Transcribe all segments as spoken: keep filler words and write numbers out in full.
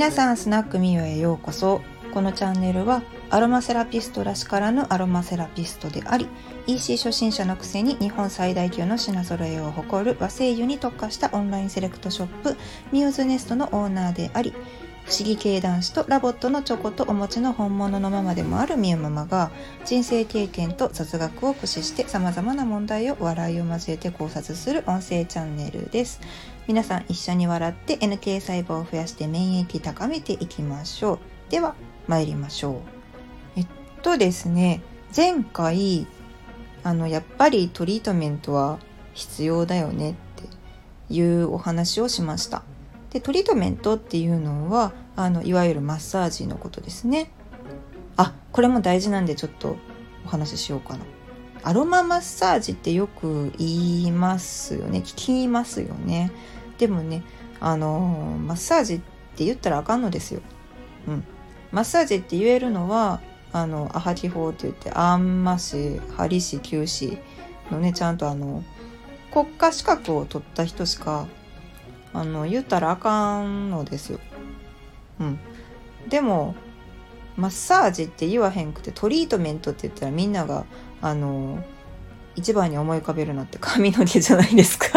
皆さん、スナックミヨへようこそ。このチャンネルはアロマセラピストらしからぬアロマセラピストであり、 イーシー 初心者のくせに日本最大級の品揃えを誇る和製油に特化したオンラインセレクトショップミューズネストのオーナーであり、不思議系男子とラボットのチョコとお餅の本物のママでもあるみゆママが、人生経験と雑学を駆使してさまざまな問題を笑いを交えて考察する音声チャンネルです。皆さん一緒に笑って エヌケー 細胞を増やして免疫高めていきましょう。では参りましょう。えっとですね前回あのやっぱりトリートメントは必要だよねっていうお話をしました。でトリートメントっていうのはあのいわゆるマッサージのことですね。あ、これも大事なんでちょっとお話ししようかな。アロママッサージってよく言いますよね、聞きますよね。でもねあのマッサージって言ったらあかんのですよ。うん、マッサージって言えるのはあのアハキ法って言ってアンマ師、ハリ師、キュー師のねちゃんとあの国家資格を取った人しかあの言ったらあかんのですよ。うん、でもマッサージって言わへんくてトリートメントって言ったらみんながあの一番に思い浮かべるのって髪の毛じゃないですか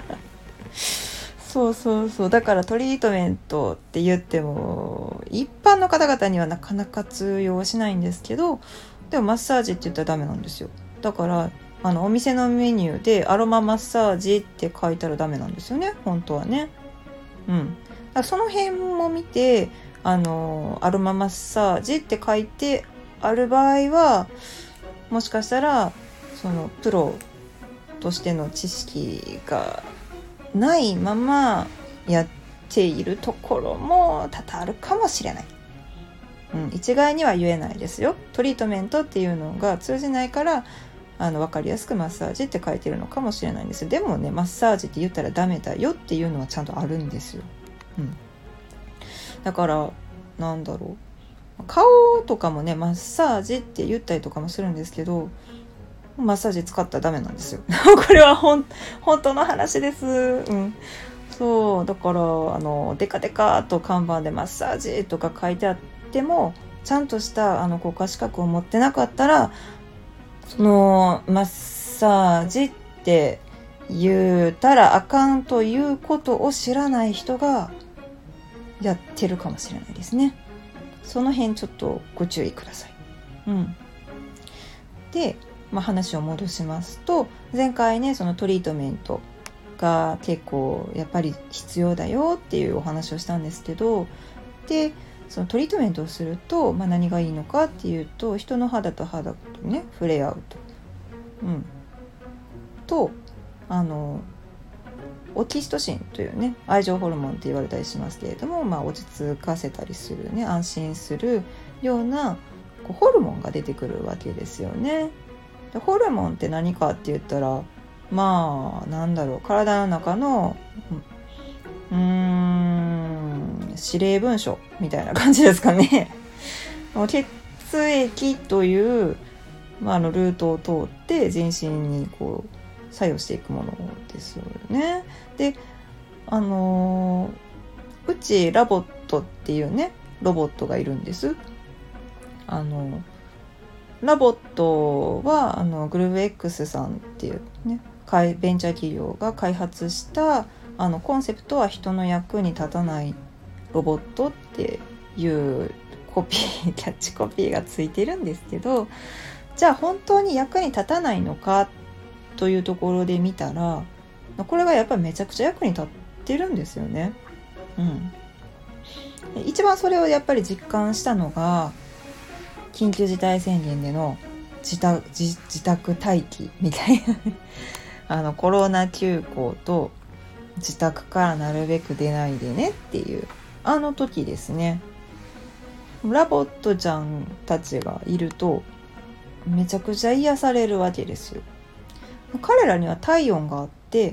そうそうそう、だからトリートメントって言っても一般の方々にはなかなか通用しないんですけど、でもマッサージって言ったらダメなんですよ。だからあのお店のメニューでアロママッサージって書いたらダメなんですよね、本当はね。うん、だからその辺も見てあのアロママッサージって書いてある場合はもしかしたらそのプロとしての知識がないままやっているところも多々あるかもしれない。うん、一概には言えないですよ。トリートメントっていうのが通じないからあの分かりやすくマッサージって書いてるのかもしれないんですよ。でもねマッサージって言ったらダメだよっていうのはちゃんとあるんですよ。うん、だからなんだろう、顔とかもねマッサージって言ったりとかもするんですけど、マッサージ使ったらダメなんですよこれはほん本当の話です。うん、そうだからあのデカデカと看板でマッサージとか書いてあってもちゃんとしたあの国家資格を持ってなかったらそのマッサージって言うたらあかんということを知らない人がやってるかもしれないですね。その辺ちょっとご注意ください。うん、でまあ、話を戻しますと、前回ねそのトリートメントが結構やっぱり必要だよっていうお話をしたんですけど、でそのトリートメントをすると、まあ、何がいいのかっていうと、人の肌と肌とね触れ合うと、うん、とあのオキシトシンというね愛情ホルモンって言われたりしますけれども、まあ、落ち着かせたりするね、安心するようなこうホルモンが出てくるわけですよね。でホルモンって何かって言ったら、まあなんだろう、体の中のうーん指令文書みたいな感じですかね血液という、まあ、あのルートを通って全身にこう作用していくものですよね。であのー、うちラボットっていうねロボットがいるんです。あのラボットはあのグルーブ X さんっていうねベンチャー企業が開発したあのコンセプトは人の役に立たないロボットっていうコピーキャッチコピーがついてるんですけど、じゃあ本当に役に立たないのかというところで見たら、これがやっぱりめちゃくちゃ役に立ってるんですよね。うん、一番それをやっぱり実感したのが緊急事態宣言での自宅、自、自宅待機みたいなあのコロナ休校と自宅からなるべく出ないでねっていうあの時ですね。ラボットちゃんたちがいるとめちゃくちゃ癒されるわけですよ。彼らには体温があって、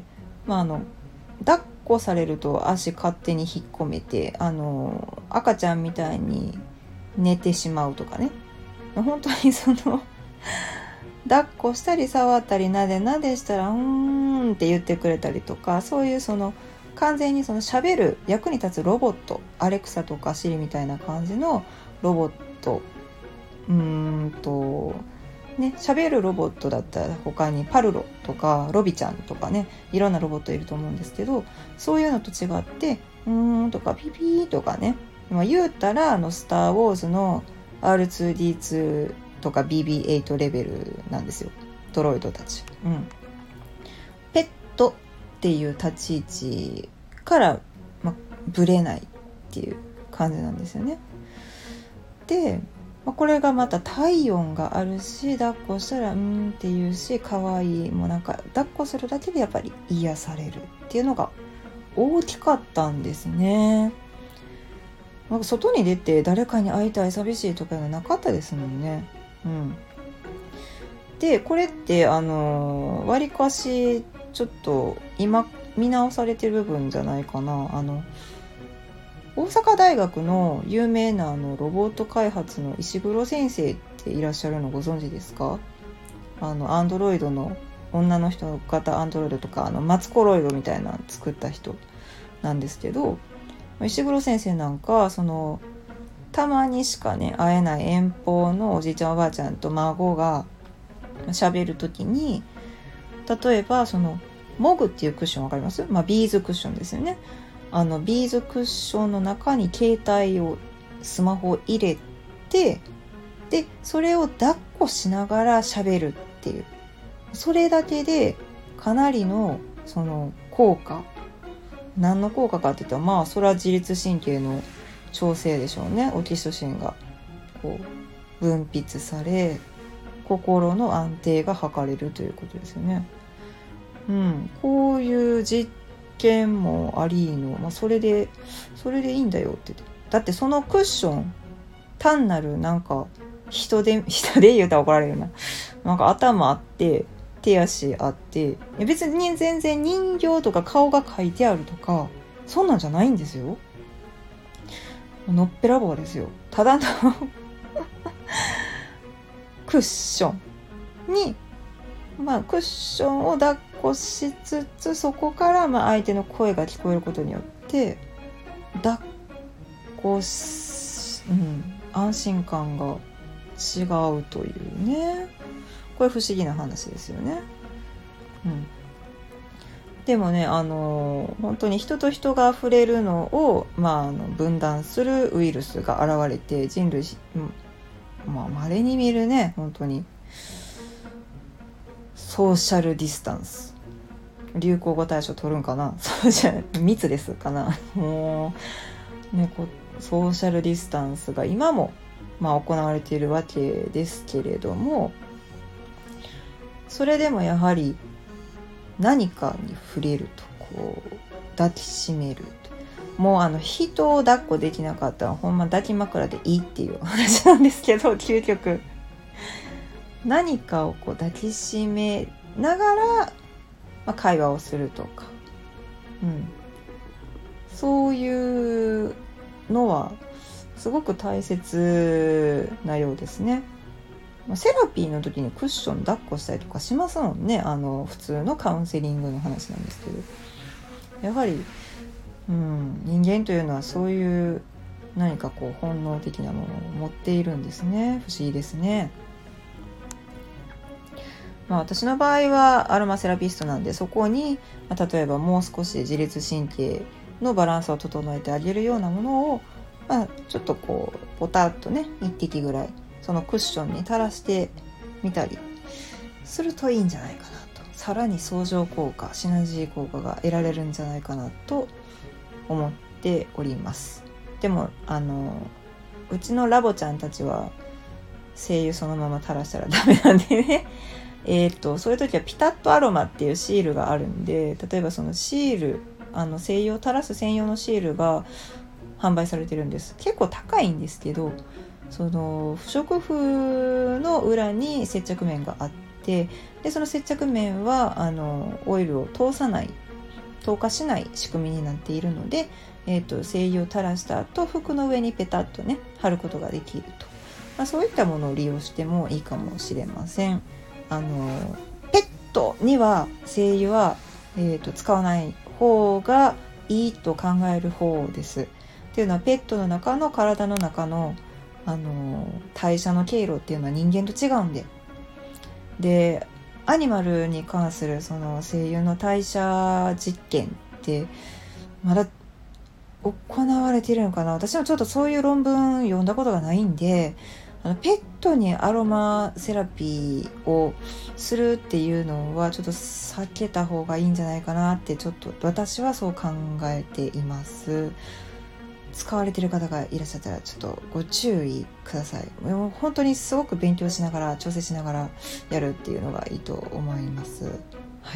まあ、あの抱っこされると足勝手に引っ込めてあの赤ちゃんみたいに寝てしまうとかね、本当にその抱っこしたり触ったりなでなでしたらうーんって言ってくれたりとか、そういうその完全にその喋る役に立つロボット、アレクサとかシリみたいな感じのロボット、うーんとね、喋るロボットだったら他にパルロとかロビちゃんとかね、いろんなロボットいると思うんですけど、そういうのと違ってうーんとかピピーとかね、まあ、言うたらあのスターウォーズの アールツーディーツー とか ビービーエイト レベルなんですよ、ドロイドたち、うん、ペットっていう立ち位置から、まあ、ブレないっていう感じなんですよね。でこれがまた体温があるし、抱っこしたらうんっていうし、可愛い、もうなんか抱っこするだけでやっぱり癒されるっていうのが大きかったんですね。なんか外に出て誰かに会いたい、寂しいとかいうのなかったですもんね。うん。でこれってあのわりかしちょっと今見直されてる部分じゃないかな。あの大阪大学の有名なあのロボット開発の石黒先生っていらっしゃるのご存知ですか？あのアンドロイドの女の人型アンドロイドとか、あのマツコロイドみたいなの作った人なんですけど、石黒先生なんかそのたまにしかね会えない遠方のおじいちゃんおばあちゃんと孫が喋るときに、例えばそのモグっていうクッションわかります？まあ、ビーズクッションですよね。あのビーズクッションの中に携帯をスマホを入れて、でそれを抱っこしながら喋るっていう、それだけでかなりのその効果、何の効果かって言ったら、まあそれは自律神経の調整でしょうね。オキシトシンがこう分泌され、心の安定が図れるということですよね。うん、こういう実験もありの、まあ、それでそれでいいんだよって言って、だってそのクッション単なるなんか人で人で言うたら怒られるな、なんか頭あって手足あって、別に全然人形とか顔が描いてあるとかそんなんじゃないんですよ。のっぺらぼうですよ。ただのクッションに、まあクッションを抱っこしつつ、そこからまあ相手の声が聞こえることによって抱っこし、うん、安心感が違うというね。これ不思議な話ですよね。うん。でもね、あの本当に人と人が触れるのを、まあ、あの分断するウイルスが現れて、人類、うん、まあ稀に見るね、本当にソーシャルディスタンス、流行語大賞取るんかな、そうじゃ密ですかな、もうね、こソーシャルディスタンスが今も、まあ、行われているわけですけれども、それでもやはり何かに触れると、こう抱きしめると、もうあの人を抱っこできなかったらほんま抱き枕でいいっていう話なんですけど、究極何かをこう抱きしめながら、まあ、会話をするとか、うん、そういうのはすごく大切なようですね。セラピーの時にクッション抱っこしたりとかしますもんね。あの普通のカウンセリングの話なんですけど、やはり、うん、人間というのはそういう何かこう本能的なものを持っているんですね。不思議ですね。まあ、私の場合はアロマセラピストなんで、そこに、まあ、例えばもう少し自律神経のバランスを整えてあげるようなものを、まあ、ちょっとこうポタッとね一滴ぐらいそのクッションに垂らしてみたりするといいんじゃないかなと、さらに相乗効果、シナジー効果が得られるんじゃないかなと思っております。でもあのうちのラボちゃんたちは精油そのまま垂らしたらダメなんでねえー、とそういう時はピタッとアロマっていうシールがあるんで、例えばそのシール、あの精油を垂らす専用のシールが販売されてるんです。結構高いんですけど、その不織布の裏に接着面があって、でその接着面はあのオイルを通さない、透過しない仕組みになっているので、えー、と精油を垂らした後服の上にペタッとね貼ることができると、まあ、そういったものを利用してもいいかもしれません。あのペットには精油は、えー、と使わない方がいいと考える方です。っていうのはペットの中の体の中の、あの代謝の経路っていうのは人間と違うんで、でアニマルに関するその声優の代謝実験ってまだ行われているのかな。私もちょっとそういう論文読んだことがないんで、あのペットにアロマセラピーをするっていうのはちょっと避けた方がいいんじゃないかなって、ちょっと私はそう考えています。使われている方がいらっしゃったらちょっとご注意ください。もう本当にすごく勉強しながら調整しながらやるっていうのがいいと思います。はい、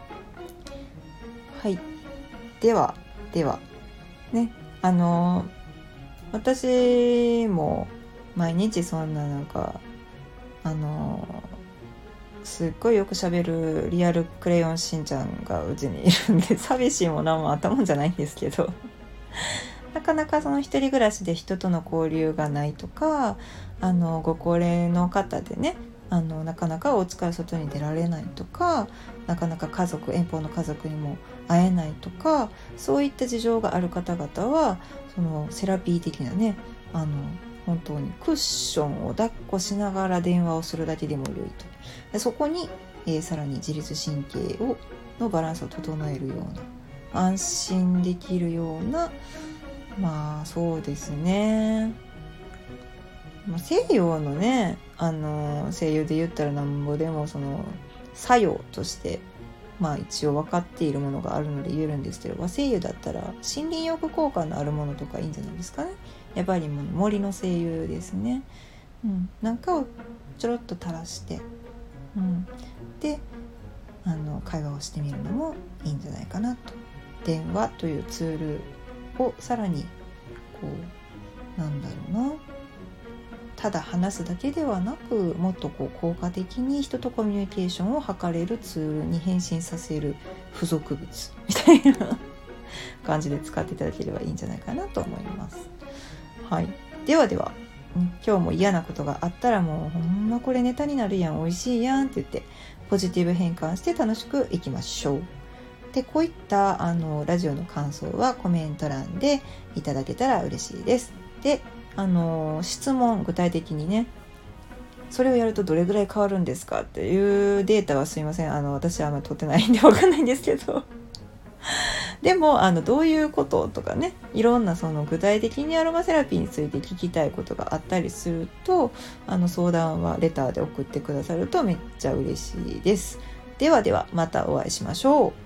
はい、ではではね、あの私も毎日そんななんかあのすっごいよく喋るリアルクレヨンしんちゃんがうちにいるんで、寂しいも何もあったもんじゃないんですけどなかなかその一人暮らしで人との交流がないとか、あのご高齢の方でね、あのなかなかお家から外に出られないとか、なかなか家族遠方の家族にも会えないとか、そういった事情がある方々はそのセラピー的なね、あの本当にクッションを抱っこしながら電話をするだけでも良いと。でそこに、えー、さらに自律神経をのバランスを整えるような、安心できるような、まあそうですね、まあ、西洋のね、あの声優で言ったらなんぼでもその作用としてまあ一応分かっているものがあるので言えるんですけど、和声優だったら森林浴効果のあるものとかいいんじゃないですかね。やっぱり森の声優ですね、うん、なんかをちょろっと垂らして、うん、であの会話をしてみるのもいいんじゃないかなと。電話というツールをさらにこうなんだろうな、ただ話すだけではなく、もっとこう効果的に人とコミュニケーションを図れるツールに変身させる付属物みたいな感じで使っていただければいいんじゃないかなと思います。はい、ではでは、今日も嫌なことがあったらもうほんまこれネタになるやん、美味しいやんって言ってポジティブ変換して楽しくいきましょう。でこういったあのラジオの感想はコメント欄でいただけたら嬉しいです。であの質問、具体的にね、それをやるとどれぐらい変わるんですかっていうデータはすいません、あの私はあんまり取ってないんで分かんないんですけどでもあのどういうこととかね、いろんなその具体的にアロマセラピーについて聞きたいことがあったりすると、あの相談はレターで送ってくださるとめっちゃ嬉しいです。ではではまたお会いしましょう。